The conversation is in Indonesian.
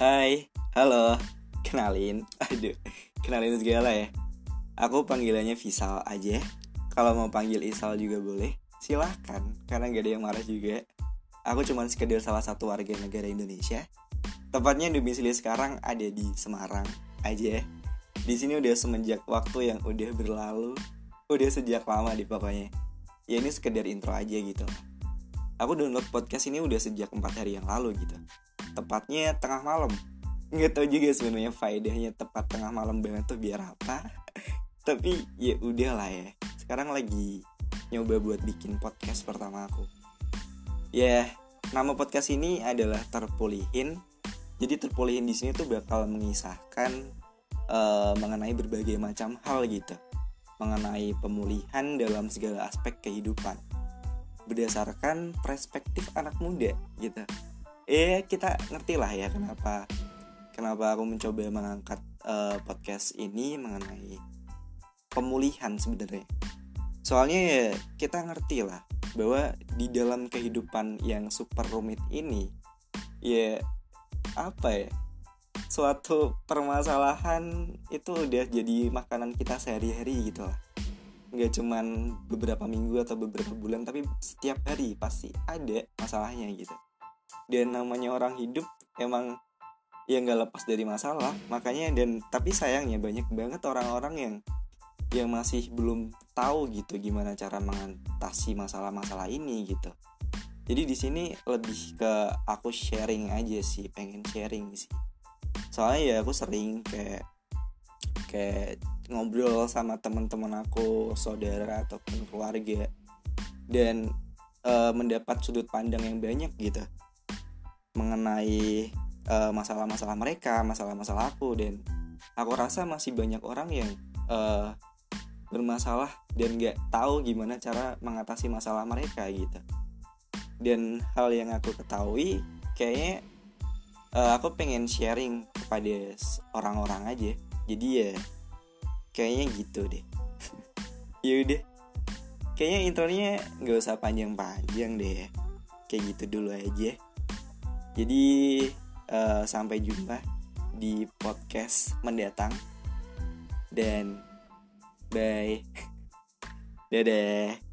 Hai, halo, kenalin segala ya. Aku panggilannya Visal aja. Kalau mau panggil Isal juga boleh, silahkan, karena gak ada yang marah juga. Aku cuma sekedar salah satu warga negara Indonesia. Tepatnya domisili sekarang ada di Semarang aja. Di sini udah semenjak waktu yang udah berlalu, udah sejak lama di pokoknya. Ya ini sekedar intro aja gitu. Aku download podcast ini udah sejak 4 hari yang lalu gitu. Tepatnya tengah malam. Nggak tahu juga sebenarnya faedahnya tepat tengah malam banget tuh biar apa. Tapi ya udahlah ya. Sekarang lagi nyoba buat bikin podcast pertama aku. Ya, nama podcast ini adalah Terpulihin. Jadi Terpulihin di sini tuh bakal mengisahkan mengenai berbagai macam hal gitu. Mengenai pemulihan dalam segala aspek kehidupan. Berdasarkan perspektif anak muda gitu. Kita ngerti lah ya kenapa aku mencoba mengangkat podcast ini mengenai pemulihan sebenarnya. Soalnya ya kita ngerti lah bahwa di dalam kehidupan yang super rumit ini ya suatu permasalahan itu udah jadi makanan kita sehari-hari gitu lah. Nggak cuman beberapa minggu atau beberapa bulan, tapi setiap hari pasti ada masalahnya gitu. Dan namanya orang hidup emang ya nggak lepas dari masalah. Makanya tapi sayangnya banyak banget orang-orang yang masih belum tahu gitu gimana cara mengatasi masalah-masalah ini gitu. Jadi di sini lebih ke aku sharing aja sih, pengen sharing sih. Soalnya ya aku sering kayak ngobrol sama teman-teman aku, saudara ataupun keluarga, dan mendapat sudut pandang yang banyak gitu mengenai masalah-masalah mereka, masalah-masalah aku. Dan aku rasa masih banyak orang yang bermasalah dan gak tahu gimana cara mengatasi masalah mereka gitu. Dan hal yang aku ketahui kayaknya aku pengen sharing kepada orang-orang aja. Jadi ya kayaknya gitu deh. Yaudah, kayaknya intronya gak usah panjang-panjang deh. Kayak gitu dulu aja. Jadi sampai jumpa di podcast mendatang. Dan bye. Dadah.